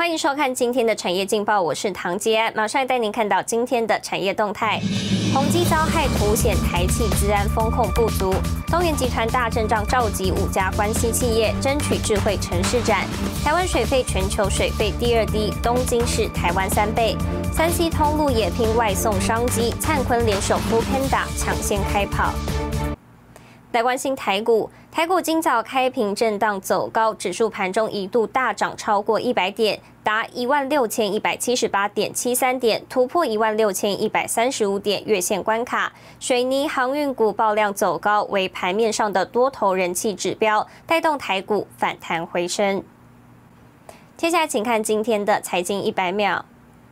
欢迎收看今天的产业劲报，我是唐杰安，马上带您看到今天的产业动态。宏基遭害凸显台企资安风控不足，东元集团大阵仗召集5家关系企业，争取智慧城市展。台湾水费全球水费第2低，东京是台湾3倍。3C 通路也拼外送商机，灿坤联手 Foodpanda 抢先开跑。来关心台股，台股今早开平震荡走高，指数盘中一度大涨超过100点，达16178.73点，突破16135点月线关卡。水泥、航运股爆量走高，为盘面上的多头人气指标，带动台股反弹回升。接下来请看今天的财经100秒。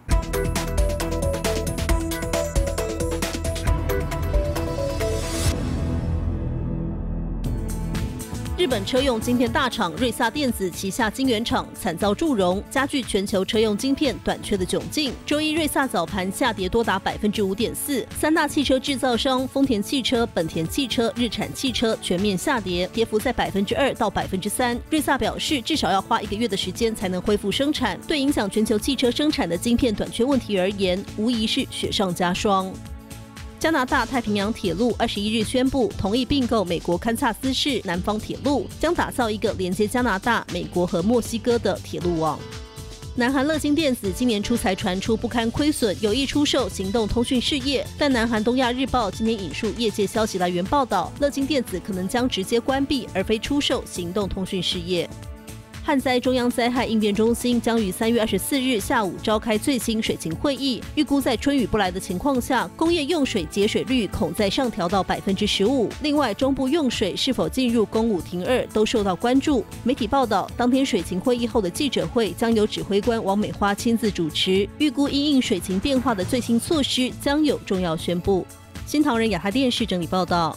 日本车用晶片大厂瑞萨电子旗下晶圆厂惨遭祝融，加剧全球车用晶片短缺的窘境。周一，瑞萨早盘下跌多达5.4%，三大汽车制造商丰田汽车、本田汽车、日产汽车全面下跌，跌幅在2%到3%。瑞萨表示，至少要花1个月的时间才能恢复生产。对影响全球汽车生产的晶片短缺问题而言，无疑是雪上加霜。加拿大太平洋铁路21日宣布同意并购美国堪萨斯市南方铁路，将打造一个连接加拿大、美国和墨西哥的铁路网。南韩乐金电子今年初才传出不堪亏损，有意出售行动通讯事业，但南韩东亚日报今天引述业界消息来源报道，乐金电子可能将直接关闭，而非出售行动通讯事业。旱灾中央灾害应变中心将于3月24日下午召开最新水情会议，预估在春雨不来的情况下，工业用水节水率恐再上调到15%。另外，中部用水是否进入公5停2都受到关注。媒体报道，当天水情会议后的记者会将由指挥官王美花亲自主持，预估因应水情变化的最新措施将有重要宣布。新唐人亚太电视整理报道。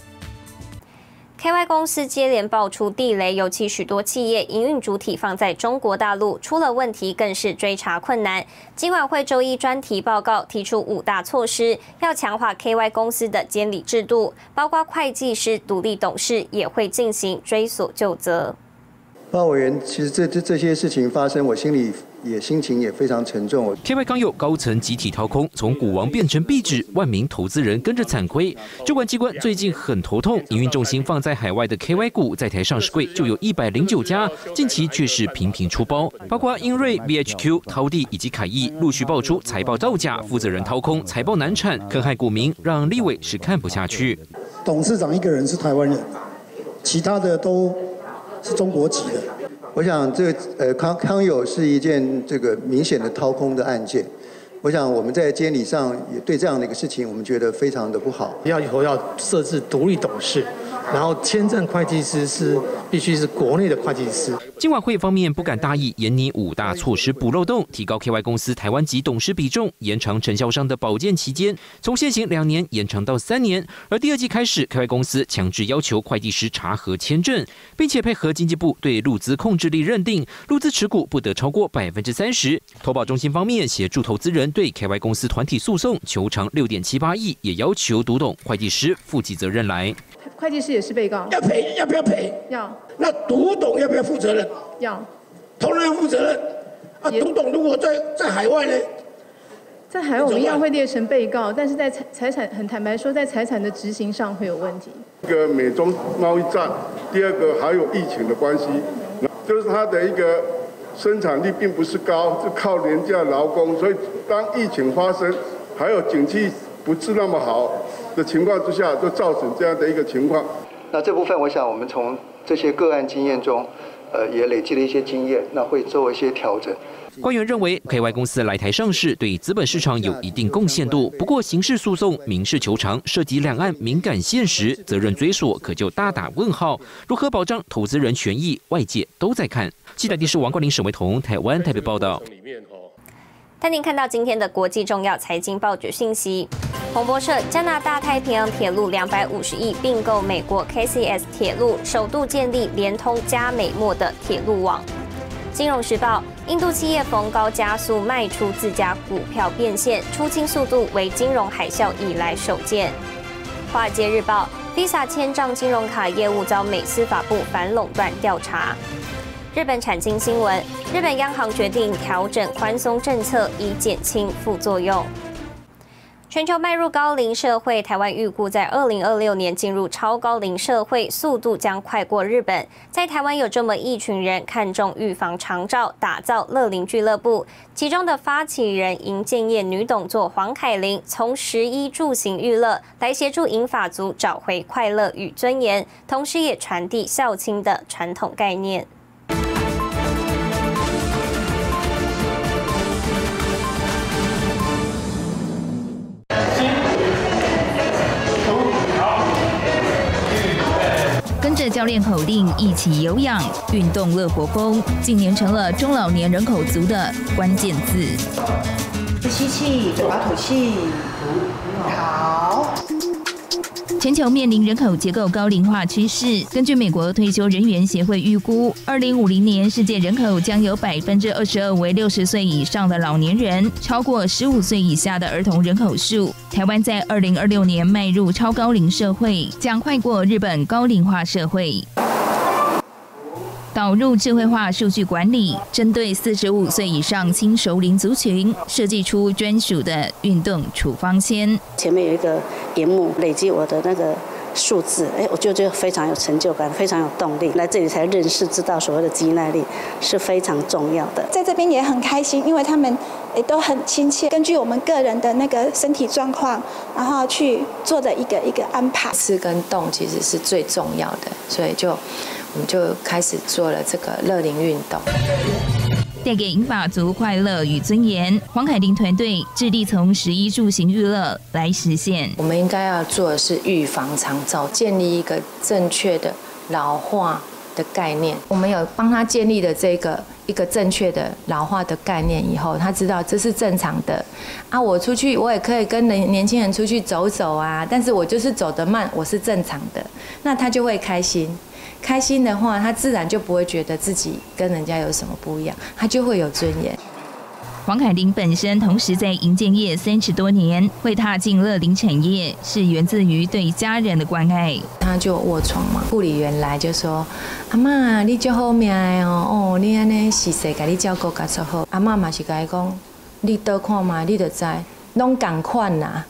KY 公司接连爆出地雷，尤其许多企业营运主体放在中国大陆，出了问题更是追查困难。金管会周一专题报告提出5大措施，要强化 KY 公司的监理制度，包括会计师独立董事也会进行追索究责。 报告委员，其实这些事情发生，我心情也非常沉重。 KY 刚有高层集体掏空，从股王变成壁纸，万名投资人跟着惨亏。主管机关最近很头痛，营运重心放在海外的 KY 股，在台上市柜就有109家，近期却是频频出包，包括英瑞、BHQ、陶地以及凯翼陆续爆出财报造假，负责人掏空，财报难产，坑害股民，让立委是看不下去。 董事长一个人是台湾人，其他的都是中国籍的。 我想康友是一件明显的掏空的案件。我想我们在监理上也对这样的一个事情，我们觉得非常的不好。 以后要设置独立董事，然后签证会计师必须是国内的会计师。 金管会方面不敢大意，研拟5大措施补漏洞，提高 KY 公司台湾籍董事比重，延长承销商的保荐期间，从现行2年延长到3年。而第2季开始 ，KY 公司强制要求会计师查核签证，并且配合经济部对入资控制力认定，入资持股不得超过30%。投保中心方面协助投资人对 KY 公司团体诉讼，求偿6.78亿，也要求独董会计师负起责任来。 会计师也是被告， 要赔要不要赔？ 要。 那独董要不要负责任？ 要。 同仁要负责任。啊，独董如果在海外呢？ 在海外我们一样会列成被告，但是在财产很坦白说，在财产的执行上会有问题。 一个美中贸易战，第二个还有疫情的关系，就是它的一个生产力并不是高，是靠廉价劳工，所以当疫情发生，还有景气不是那么好的情况之下，就造成这样的一个情况。 那这部分，我想我们从这些个案经验中，也累积了一些经验，那会做一些调整。 官员认为 ，KY 公司来台上市对资本市场有一定贡献度，不过刑事诉讼、民事求偿涉及两岸敏感现实，责任追索可就大打问号。如何保障投资人权益，外界都在看。记者电视王冠霖、沈维彤，台湾台北报道。 带您看到今天的国际重要财经报纸信息。彭博社：加拿大太平洋铁路250亿并购美国 KCS 铁路，首度建立连通加美墨的铁路网。金融时报：印度企业逢高加速卖出自家股票变现，出清速度为金融海啸以来首见。华尔街日报：Visa 签账金融卡业务遭美司法部反垄断调查。 日本产经新闻，日本央行决定调整宽松政策，以减轻副作用。全球迈入高龄社会，台湾预估在2026年进入超高龄社会，速度将快过日本。在台湾有这么一群人看重预防长照，打造乐龄俱乐部，其中的发起人营建业女董座黄凯琳，从食衣住行娱乐来协助银发族找回快乐与尊严，同时也传递孝亲的传统概念。 跟着教练口令一起有氧运动乐活风，近年成了中老年人口族的关键字。 吸气，嘴巴吐气，好。 全球面临人口结构高龄化趋势。根据美国退休人员协会预估，2050年世界人口将有22%为60岁以上的老年人，超过15岁以下的儿童人口数。台湾在2026年迈入超高龄社会，将快过日本高龄化社会。导入智慧化数据管理，针对45岁以上轻熟龄族群，设计出专属的运动处方签。 前面有一个荧幕，累积我的那个数字，我就觉得非常有成就感，非常有动力。来这里才认识，知道所谓的肌耐力是非常重要的。 在这边也很开心，因为他们也都很亲切，根据我们个人的那个身体状况，然后去做的一个安排。 吃跟动其实是最重要的，所以我们就开始做了这个乐龄运动， 带给银发族快乐与尊严。黄凯琳团队致力从食衣住行娱乐来实现。 我们应该要做的是预防长照，建立一个正确的老化的概念。我们有帮他建立的一个正确的老化的概念以后，他知道这是正常的啊。我出去，我也可以跟年轻人出去走走啊，但是我就是走得慢，我是正常的，那他就会开心。开心的话，他自然就不会觉得自己跟人家有什么不一样，他就会有尊严。 黄凯琳本身同时在营建业30多年，会踏进乐龄产业，是源自于对家人的关爱。 他就卧床嘛，护理员来就说：“阿嬷，你足好命的哦，你安尼细细甲你照顾甲足好。”阿嬷嘛是甲伊讲：“你倒看嘛，你就知，拢同款啦。”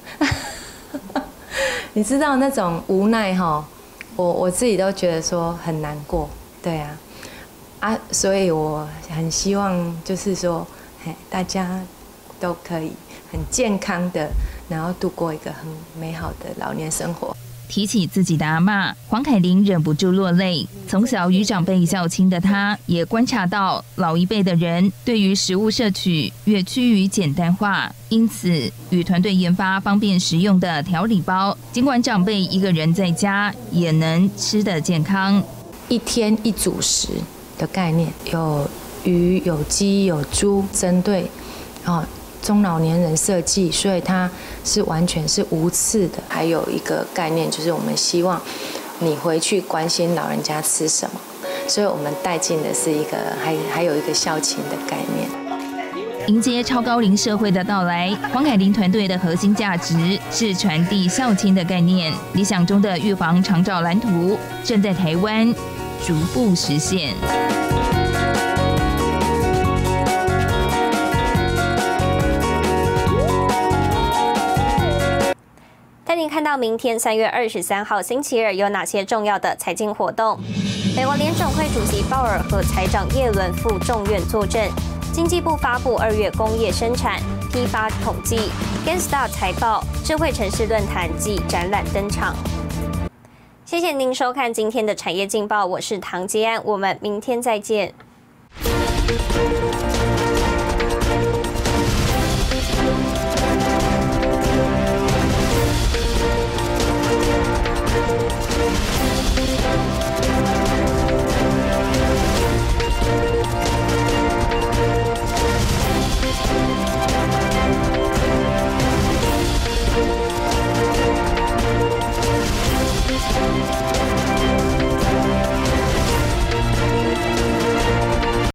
你知道那种无奈哈？我自己都觉得说很难过，对啊，所以我很希望就是说，大家都可以很健康的，然后度过一个很美好的老年生活。 提起自己的阿嬷，黄凯琳忍不住落泪。从小与长辈较亲的她，也观察到老一辈的人对于食物摄取越趋于简单化，因此与团队研发方便食用的调理包。尽管长辈一个人在家也能吃得健康， 一天一主食的概念，有鱼、有鸡、有猪，针对中老年人设计，所以它是完全是无刺的。还有一个概念就是我们希望你回去关心老人家吃什么，所以我们带进的是一个还有一个孝亲的概念。 迎接超高龄社会的到来，黄凯琳团队的核心价值是传递孝亲的概念。理想中的预防长照蓝图正在台湾逐步实现。 带您看到明天3月23号星期二有哪些重要的财经活动。美国联总会主席鲍尔和财长耶伦赴众院作证。经济部发布2月工业生产、批发统计、GameStop 财报、智慧城市论坛暨展览登场。谢谢您收看今天的产业劲报，我是唐杰安，我们明天再见。